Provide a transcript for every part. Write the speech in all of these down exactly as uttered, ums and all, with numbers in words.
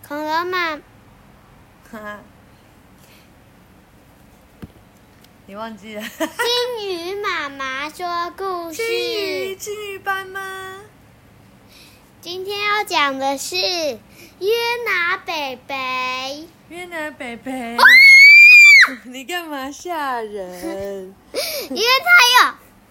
恐龙妈， 哈，你忘记了？ 金鱼妈妈说故事。 金鱼，金鱼班吗？ 今天要讲的是约拿北北。 约拿北北，你干嘛吓人？ 因为它有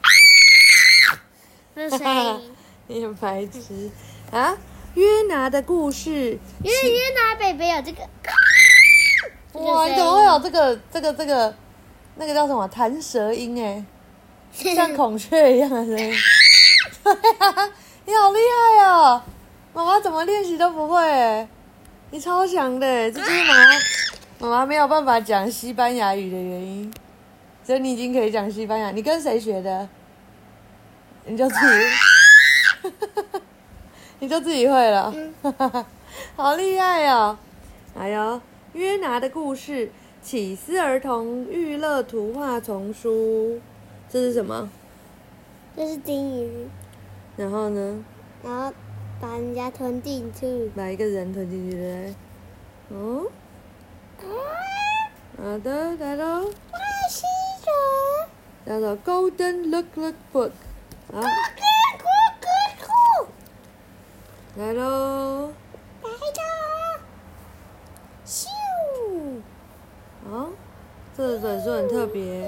那声音。 你很白痴啊！约拿的故事， 因为约拿北北有这个。 哇，你怎么会有这个这个这个那个叫什么弹舌音哎，像孔雀一样的声音。对啊，你好厉害哦！妈妈怎么练习都不会，你超强的，这就是妈妈妈妈没有办法讲西班牙语的原因。所以你已经可以讲西班牙，你跟谁学的？你就自己，你就自己会了，好厉害哦！哎呦，约拿的故事，起司儿童娱乐图画丛书，这是什么？ 这是金鱼， 然后呢？ 然后把人家吞进去。 把一个人吞进去的。哦，好的，来喽。 外星人。 叫做 Golden Look Look Book。好，来喽。 来喽！咻！ 好，这本书很特别。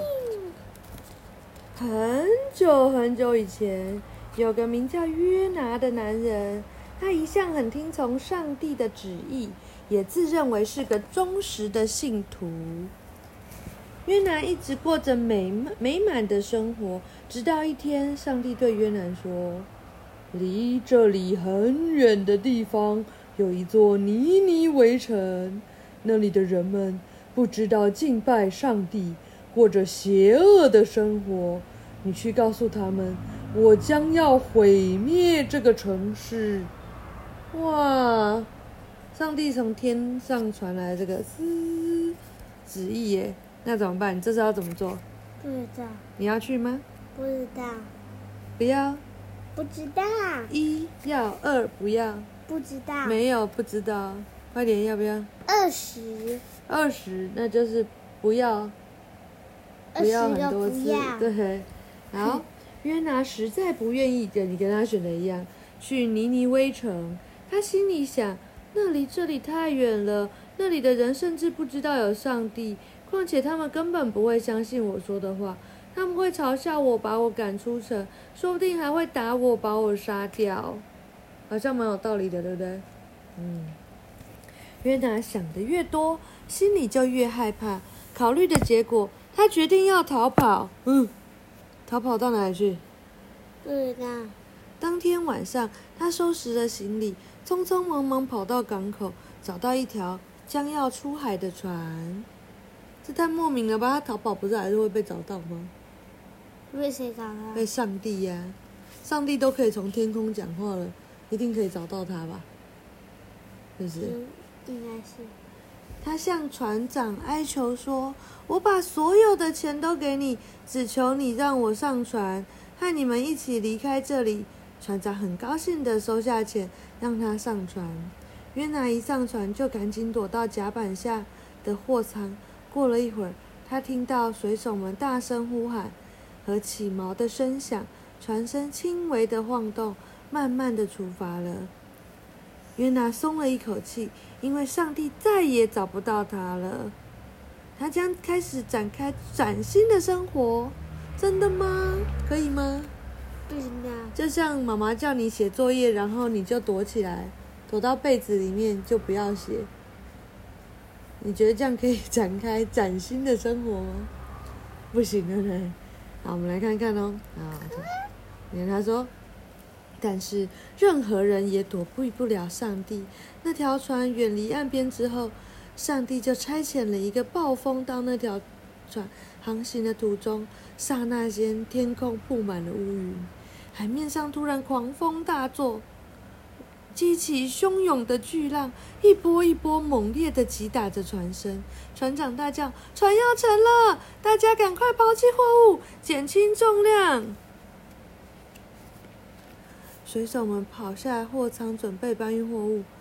很久很久以前，有个名叫约拿的男人，他一向很听从上帝的旨意，也自认为是个忠实的信徒。约拿一直过着美美满的生活，直到一天，上帝对约拿说：“离这里很远的地方有一座尼尼微城，那里的人们不知道敬拜上帝，过着邪恶的生活。你去告诉他们，我将要毁灭这个城市。”哇！上帝从天上传来这个嘶旨意耶，那怎么办？你这是要怎么做？ 不知道。 你要去吗？ 不知道。 不要。 不知道。 一要，二不要。 不知道。 没有不知道，快点，要不要？ 二十。 二十，那就是不要。不要很多次，对。好，约拿实在不愿意跟你跟他选的一样，去尼尼微城。他心里想，那离这里太远了，那里的人甚至不知道有上帝，况且他们根本不会相信我说的话，他们会嘲笑我，把我赶出城，说不定还会打我，把我杀掉。好像蛮有道理的，对不对？嗯。约拿想的越多，心里就越害怕。考虑的结果，他决定要逃跑。嗯，逃跑到哪里去？ 不知道。 当天晚上，他收拾了行李，匆匆忙忙跑到港口，找到一条将要出海的船。这太莫名了吧？他逃跑不是还是会被找到吗？ 被谁找到？ 被上帝呀、啊！上帝都可以从天空讲话了，一定可以找到他吧？是不是？ 嗯，应该是。 他向船长哀求说：“我把所有的钱都给你，只求你让我上船，和你们一起离开这里。”船长很高兴地收下钱，让他上船。约拿一上船就赶紧躲到甲板下的货舱。过了一会儿，他听到水手们大声呼喊和起锚的声响，船身轻微的晃动，慢慢的出发了。约拿松了一口气，因为上帝再也找不到他了。他将开始展开崭新的生活。真的吗？可以吗？ 不知道。 就像妈妈叫你写作业，然后你就躲起来，躲到被子里面就不要写。你觉得这样可以展开崭新的生活吗？不行，对不对？好，我们来看看哦。啊，你看他说。但是任何人也躲避不了上帝。那条船远离岸边之后，上帝就差遣了一个暴风到那条船航行的途中，刹那间天空布满了乌云，海面上突然狂风大作，激起汹涌的巨浪，一波一波猛烈地击打着船身。船长大叫：“船要沉了，大家赶快抛弃货物，减轻重量。”水手们跑下来货舱，准备搬运货物。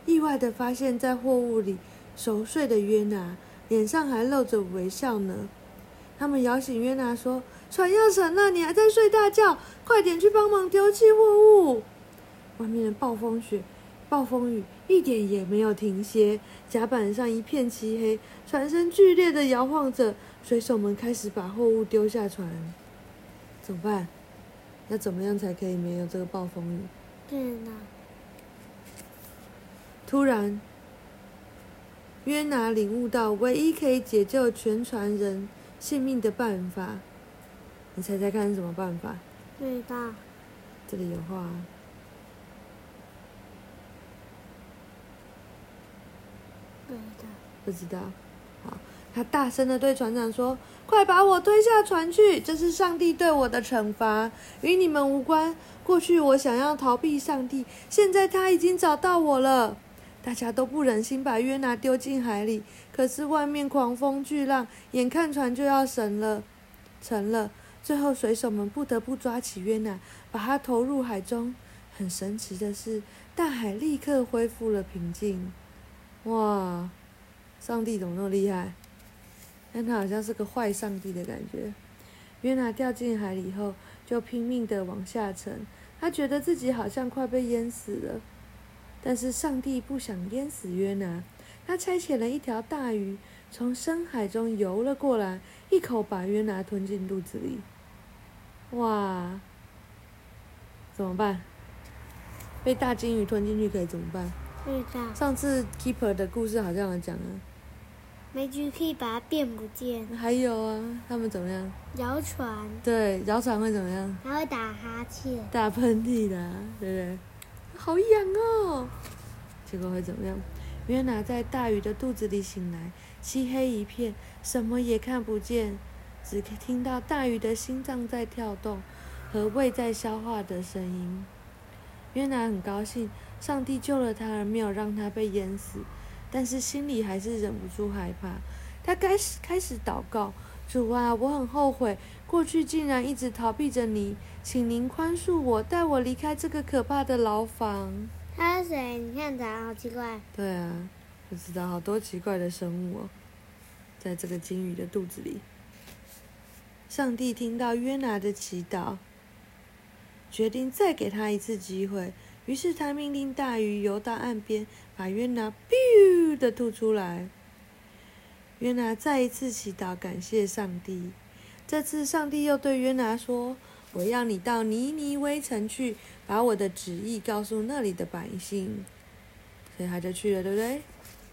意外地发现在货物里熟睡的约拿，脸上还露着微笑呢。他们摇醒约拿说：“船要沉了，你还在睡大觉，快点去帮忙丢弃货物。”外面的暴风雪、暴风雨一点也没有停歇，甲板上一片漆黑，船身剧烈地摇晃着。水手们开始把货物丢下船。怎么办？要怎么样才可以没有这个暴风雨？ 对呢。 突然，约拿领悟到唯一可以解救全船人性命的办法。你猜猜看是什么办法？ 不知道。 这里有画。 不知道。 不知道。好，他大声地对船长说：“快把我推下船去！这是上帝对我的惩罚，与你们无关。过去我想要逃避上帝，现在他已经找到我了。”大家都不忍心把约拿丢进海里，可是外面狂风巨浪，眼看船就要沉了，沉了。最后水手们不得不抓起约拿，把他投入海中。很神奇的是，大海立刻恢复了平静。哇，上帝怎么那么厉害？但他好像是个坏上帝的感觉。约拿掉进海里后，就拼命地往下沉，他觉得自己好像快被淹死了。但是上帝不想淹死约拿，他差遣了一条大鱼从深海中游了过来，一口把约拿吞进肚子里。哇，怎么办？被大鲸鱼吞进去可以怎么办？ 不知道。 上次 Keeper 的故事好像有讲啊。 梅菊可以把它变不见。 还有啊，他们怎么样？ 摇船。 对，摇船会怎么样？ 它会打哈欠。 打喷嚏的、啊，对不对？好痒哦！结果会怎么样？约拿在大鱼的肚子里醒来，漆黑一片，什么也看不见，只听到大鱼的心脏在跳动和胃在消化的声音。约拿很高兴，上帝救了他，而没有让他被淹死，但是心里还是忍不住害怕。他开始开始祷告：“主啊，我很后悔，过去竟然一直逃避着你，请您宽恕我，带我离开这个可怕的牢房。” 他是谁？你看起来好奇怪。 对啊，不知道好多奇怪的生物哦，在这个鲸鱼的肚子里。上帝听到约拿的祈祷，决定再给他一次机会，于是他命令大鱼游到岸边，把约拿 biu 的吐出来。约拿再一次祈祷，感谢上帝。这次上帝又对约拿说：“我要你到尼尼微城去，把我的旨意告诉那里的百姓。”所以他就去了，对不对？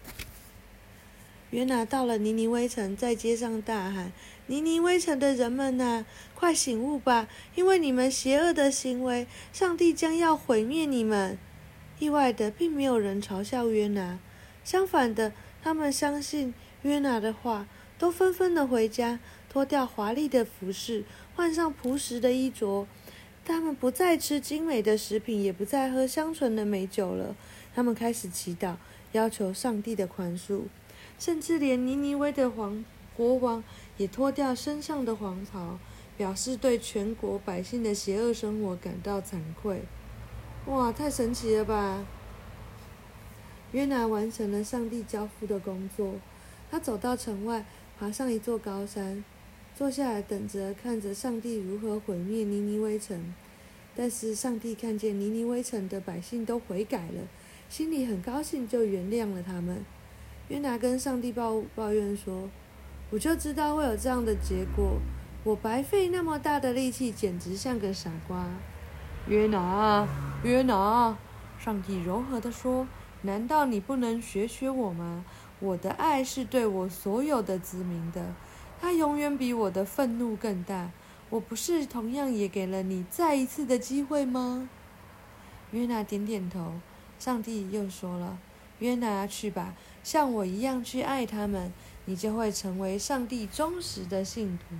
约拿到了尼尼微城，在街上大喊：“尼尼微城的人们啊，快醒悟吧！因为你们邪恶的行为，上帝将要毁灭你们。”意外的，并没有人嘲笑约拿，相反的，他们相信约拿的话，都纷纷的回家，脱掉华丽的服饰，换上朴实的衣着。他们不再吃精美的食品，也不再喝香醇的美酒了。他们开始祈祷，要求上帝的宽恕。甚至连尼尼微的皇国王也脱掉身上的黄袍，表示对全国百姓的邪恶生活感到惭愧。哇，太神奇了吧！约拿完成了上帝交付的工作，他走到城外，爬上一座高山，坐下来等着看着上帝如何毁灭尼尼微城。但是上帝看见尼尼微城的百姓都悔改了，心里很高兴，就原谅了他们。约拿跟上帝抱抱怨说：“我就知道会有这样的结果，我白费那么大的力气，简直像个傻瓜。”约拿，约拿，上帝柔和地说：“难道你不能学学我吗？我的爱是对我所有的子民的，它永远比我的愤怒更大。我不是同样也给了你再一次的机会吗？”约拿点点头。上帝又说了：“约拿，去吧，像我一样去爱他们，你就会成为上帝忠实的信徒。”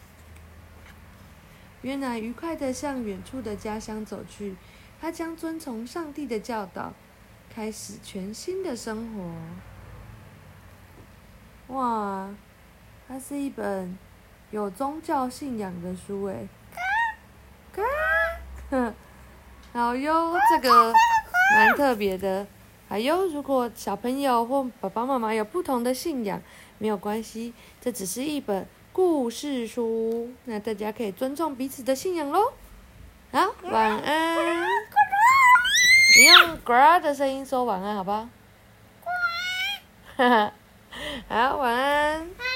约拿愉快地向远处的家乡走去，他将遵从上帝的教导，开始全新的生活。哇，它是一本有宗教信仰的书诶。嘎，好哟，这个蛮特别的。 还有，如果小朋友或爸爸妈妈有不同的信仰，没有关系，这只是一本故事书，那大家可以尊重彼此的信仰咯。好，晚安。你用呱的声音说晚安，好不好？哈哈，好，晚安。